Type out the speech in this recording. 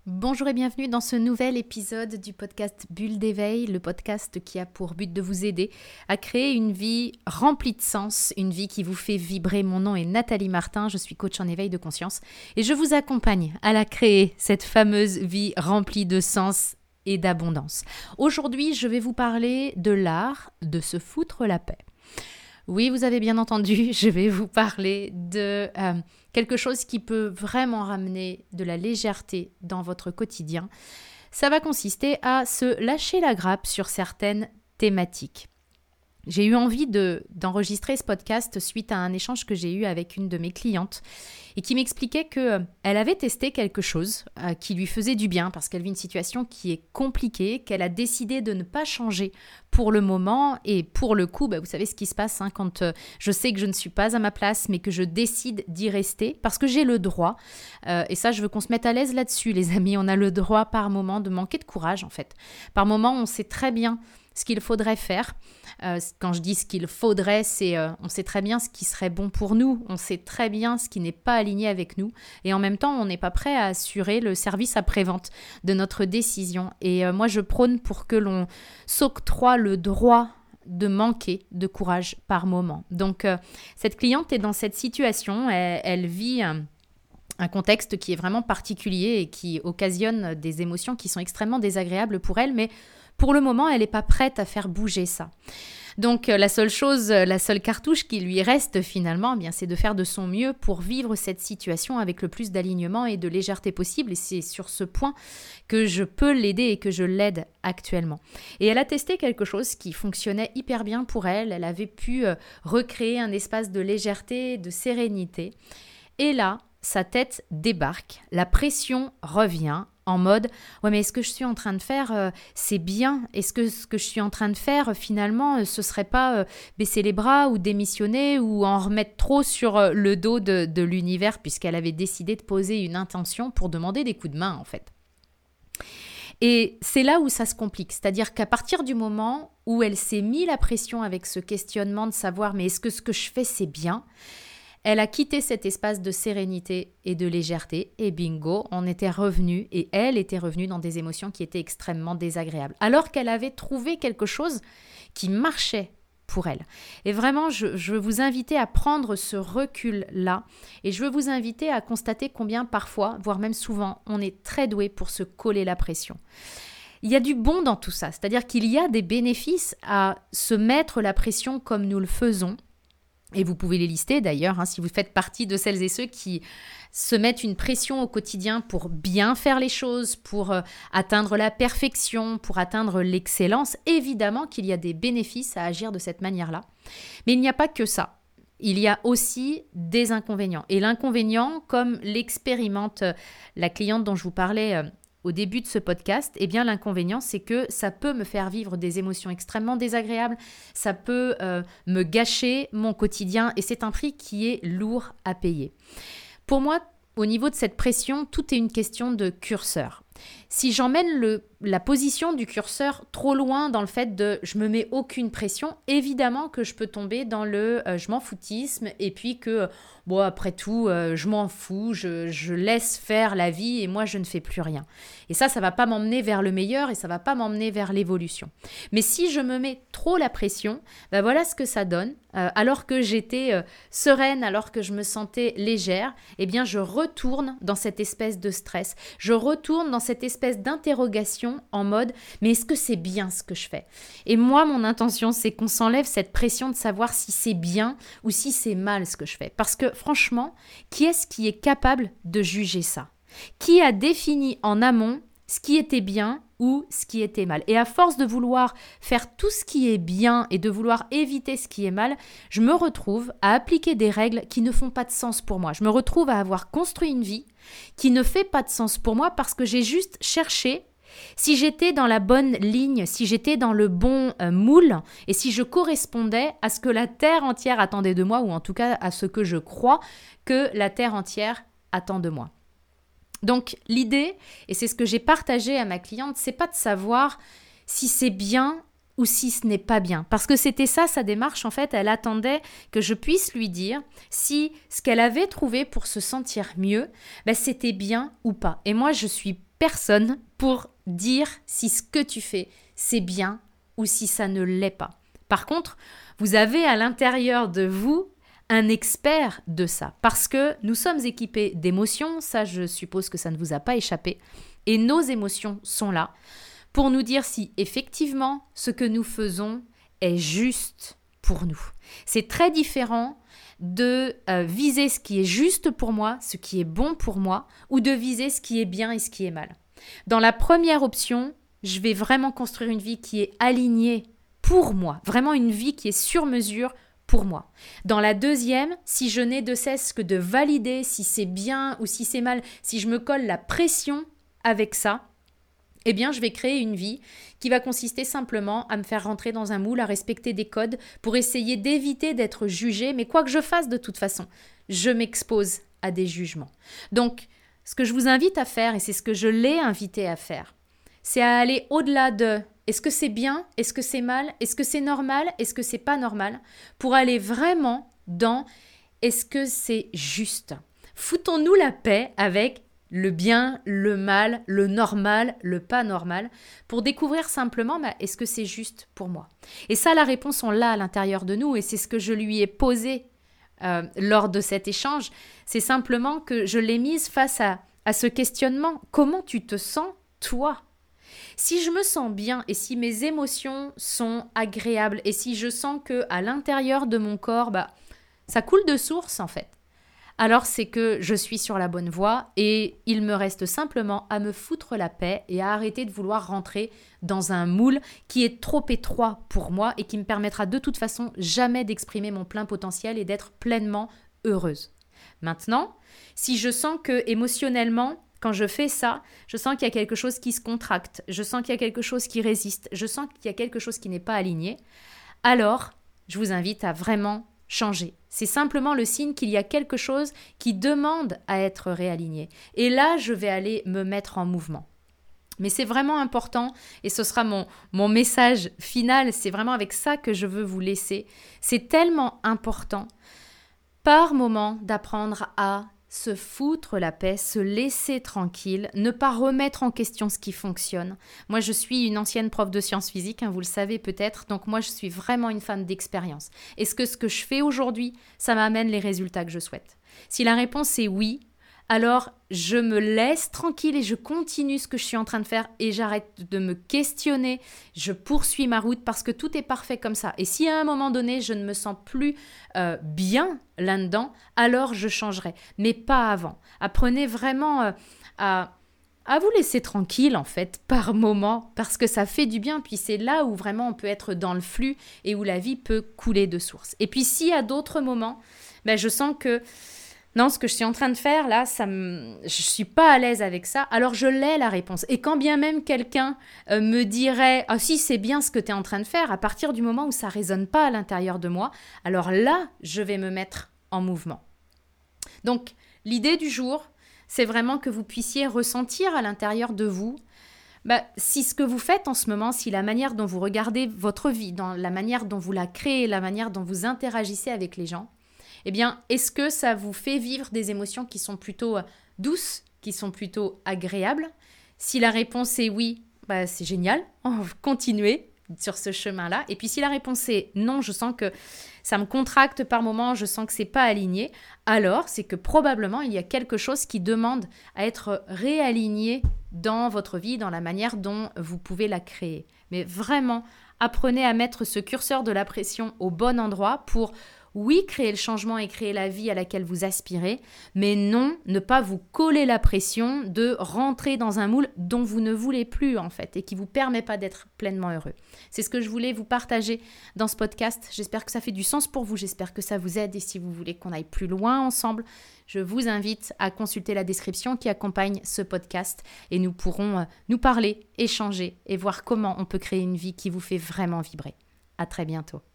Bonjour et bienvenue dans ce nouvel épisode du podcast Bulle d'éveil, le podcast qui a pour but de vous aider à créer une vie remplie de sens, une vie qui vous fait vibrer. Mon nom est Nathalie Martin, je suis coach en éveil de conscience et je vous accompagne à la créer, cette fameuse vie remplie de sens et d'abondance. Aujourd'hui, je vais vous parler de l'art de se foutre la paix. Oui, vous avez bien entendu, je vais vous parler de quelque chose qui peut vraiment ramener de la légèreté dans votre quotidien. Ça va consister à se lâcher la grappe sur certaines thématiques. J'ai eu envie d'enregistrer ce podcast suite à un échange que j'ai eu avec une de mes clientes et qui m'expliquait qu'elle avait testé quelque chose qui lui faisait du bien parce qu'elle vit une situation qui est compliquée, qu'elle a décidé de ne pas changer pour le moment et pour le coup, vous savez ce qui se passe quand je sais que je ne suis pas à ma place mais que je décide d'y rester parce que j'ai le droit et ça je veux qu'on se mette à l'aise là-dessus les amis, on a le droit par moment de manquer de courage en fait. Par moment on sait très bien ce qu'il faudrait faire. Quand je dis ce qu'il faudrait, c'est on sait très bien ce qui serait bon pour nous, on sait très bien ce qui n'est pas aligné avec nous et en même temps, on n'est pas prêt à assurer le service après-vente de notre décision. Et moi, je prône pour que l'on s'octroie le droit de manquer de courage par moment. Donc, cette cliente est dans cette situation, elle vit un contexte qui est vraiment particulier et qui occasionne des émotions qui sont extrêmement désagréables pour elle, mais pour le moment, elle n'est pas prête à faire bouger ça. Donc la seule cartouche qui lui reste finalement, c'est de faire de son mieux pour vivre cette situation avec le plus d'alignement et de légèreté possible. Et c'est sur ce point que je peux l'aider et que je l'aide actuellement. Et elle a testé quelque chose qui fonctionnait hyper bien pour elle. Elle avait pu recréer un espace de légèreté, de sérénité. Et là, sa tête débarque, la pression revient en mode « Ouais, mais est-ce que je suis en train de faire, c'est bien ? Est-ce que ce que je suis en train de faire, finalement, ce serait pas baisser les bras ou démissionner ou en remettre trop sur le dos de l'univers ?» puisqu'elle avait décidé de poser une intention pour demander des coups de main, en fait. Et c'est là où ça se complique, c'est-à-dire qu'à partir du moment où elle s'est mis la pression avec ce questionnement de savoir « Mais est-ce que ce que je fais, c'est bien ?» Elle a quitté cet espace de sérénité et de légèreté et bingo, on était revenu et elle était revenue dans des émotions qui étaient extrêmement désagréables. Alors qu'elle avait trouvé quelque chose qui marchait pour elle. Et vraiment, je veux vous inviter à prendre ce recul-là et je veux vous inviter à constater combien parfois, voire même souvent, on est très doué pour se coller la pression. Il y a du bon dans tout ça, c'est-à-dire qu'il y a des bénéfices à se mettre la pression comme nous le faisons. Et vous pouvez les lister d'ailleurs, si vous faites partie de celles et ceux qui se mettent une pression au quotidien pour bien faire les choses, pour atteindre la perfection, pour atteindre l'excellence. Évidemment qu'il y a des bénéfices à agir de cette manière-là. Mais il n'y a pas que ça. Il y a aussi des inconvénients. Et l'inconvénient, comme l'expérimente la cliente dont je vous parlais au début de ce podcast, l'inconvénient, c'est que ça peut me faire vivre des émotions extrêmement désagréables, ça peut me gâcher mon quotidien et c'est un prix qui est lourd à payer. Pour moi, au niveau de cette pression, tout est une question de curseur. Si j'emmène la position du curseur trop loin dans le fait de je me mets aucune pression, évidemment que je peux tomber dans le je m'en foutisme et puis que après tout je m'en fous, je laisse faire la vie et moi je ne fais plus rien. Et ça va pas m'emmener vers le meilleur et ça va pas m'emmener vers l'évolution. Mais si je me mets trop la pression, voilà ce que ça donne. Alors que j'étais sereine, alors que je me sentais légère, je retourne dans cette espèce de stress, je retourne dans cette espèce d'interrogation en mode « mais est-ce que c'est bien ce que je fais ?» Et moi, mon intention, c'est qu'on s'enlève cette pression de savoir si c'est bien ou si c'est mal ce que je fais. Parce que franchement, qui est-ce qui est capable de juger ça ? Qui a défini en amont ce qui était bien ou ce qui était mal. Et à force de vouloir faire tout ce qui est bien et de vouloir éviter ce qui est mal, je me retrouve à appliquer des règles qui ne font pas de sens pour moi. Je me retrouve à avoir construit une vie qui ne fait pas de sens pour moi parce que j'ai juste cherché si j'étais dans la bonne ligne, si j'étais dans le bon moule et si je correspondais à ce que la terre entière attendait de moi ou en tout cas à ce que je crois que la terre entière attend de moi. Donc l'idée, et c'est ce que j'ai partagé à ma cliente, c'est pas de savoir si c'est bien ou si ce n'est pas bien. Parce que c'était ça sa démarche, en fait, elle attendait que je puisse lui dire si ce qu'elle avait trouvé pour se sentir mieux, c'était bien ou pas. Et moi, je suis personne pour dire si ce que tu fais, c'est bien ou si ça ne l'est pas. Par contre, vous avez à l'intérieur de vous un expert de ça, parce que nous sommes équipés d'émotions, ça je suppose que ça ne vous a pas échappé, et nos émotions sont là pour nous dire si effectivement ce que nous faisons est juste pour nous. C'est très différent de viser ce qui est juste pour moi, ce qui est bon pour moi, ou de viser ce qui est bien et ce qui est mal. Dans la première option, je vais vraiment construire une vie qui est alignée pour moi, vraiment une vie qui est sur mesure pour moi. Dans la deuxième, si je n'ai de cesse que de valider si c'est bien ou si c'est mal, si je me colle la pression avec ça, eh bien, je vais créer une vie qui va consister simplement à me faire rentrer dans un moule, à respecter des codes pour essayer d'éviter d'être jugée. Mais quoi que je fasse de toute façon, je m'expose à des jugements. Donc, ce que je vous invite à faire, et c'est ce que je l'ai invité à faire, c'est à aller au-delà de est-ce que c'est bien, est-ce que c'est mal, est-ce que c'est normal, est-ce que c'est pas normal, pour aller vraiment dans est-ce que c'est juste. Foutons-nous la paix avec le bien, le mal, le normal, le pas normal, pour découvrir simplement est-ce que c'est juste pour moi. Et ça, la réponse, on l'a à l'intérieur de nous, et c'est ce que je lui ai posé lors de cet échange. C'est simplement que je l'ai mise face à ce questionnement. Comment tu te sens, toi ? Si je me sens bien et si mes émotions sont agréables et si je sens que à l'intérieur de mon corps, ça coule de source en fait, alors c'est que je suis sur la bonne voie et il me reste simplement à me foutre la paix et à arrêter de vouloir rentrer dans un moule qui est trop étroit pour moi et qui me permettra de toute façon jamais d'exprimer mon plein potentiel et d'être pleinement heureuse. Maintenant, si je sens que émotionnellement, quand je fais ça, je sens qu'il y a quelque chose qui se contracte, je sens qu'il y a quelque chose qui résiste, je sens qu'il y a quelque chose qui n'est pas aligné, alors je vous invite à vraiment changer. C'est simplement le signe qu'il y a quelque chose qui demande à être réaligné. Et là, je vais aller me mettre en mouvement. Mais c'est vraiment important, et ce sera mon message final, c'est vraiment avec ça que je veux vous laisser. C'est tellement important, par moment, d'apprendre à se foutre la paix, se laisser tranquille, ne pas remettre en question ce qui fonctionne. Moi, je suis une ancienne prof de sciences physiques, vous le savez peut-être, donc moi, je suis vraiment une fan d'expérience. Est-ce que ce que je fais aujourd'hui, ça m'amène les résultats que je souhaite ? Si la réponse est oui, alors je me laisse tranquille et je continue ce que je suis en train de faire et j'arrête de me questionner, je poursuis ma route parce que tout est parfait comme ça. Et si à un moment donné, je ne me sens plus bien là-dedans, alors je changerai, mais pas avant. Apprenez vraiment à vous laisser tranquille en fait par moment parce que ça fait du bien. Puis c'est là où vraiment on peut être dans le flux et où la vie peut couler de source. Et puis s'il y a d'autres moments, je sens que non, ce que je suis en train de faire, là, je suis pas à l'aise avec ça, alors je l'ai la réponse. Et quand bien même quelqu'un me dirait « Ah si, c'est bien ce que tu es en train de faire », à partir du moment où ça résonne pas à l'intérieur de moi, alors là, je vais me mettre en mouvement. Donc, l'idée du jour, c'est vraiment que vous puissiez ressentir à l'intérieur de vous si ce que vous faites en ce moment, si la manière dont vous regardez votre vie, dans la manière dont vous la créez, la manière dont vous interagissez avec les gens, eh bien, est-ce que ça vous fait vivre des émotions qui sont plutôt douces, qui sont plutôt agréables ? Si la réponse est oui, c'est génial, on va continuer sur ce chemin-là. Et puis si la réponse est non, je sens que ça me contracte par moments, je sens que c'est pas aligné, alors c'est que probablement il y a quelque chose qui demande à être réaligné dans votre vie, dans la manière dont vous pouvez la créer. Mais vraiment, apprenez à mettre ce curseur de la pression au bon endroit pour oui, créer le changement et créer la vie à laquelle vous aspirez, mais non, ne pas vous coller la pression de rentrer dans un moule dont vous ne voulez plus en fait et qui ne vous permet pas d'être pleinement heureux. C'est ce que je voulais vous partager dans ce podcast. J'espère que ça fait du sens pour vous, j'espère que ça vous aide et si vous voulez qu'on aille plus loin ensemble, je vous invite à consulter la description qui accompagne ce podcast et nous pourrons nous parler, échanger et voir comment on peut créer une vie qui vous fait vraiment vibrer. À très bientôt.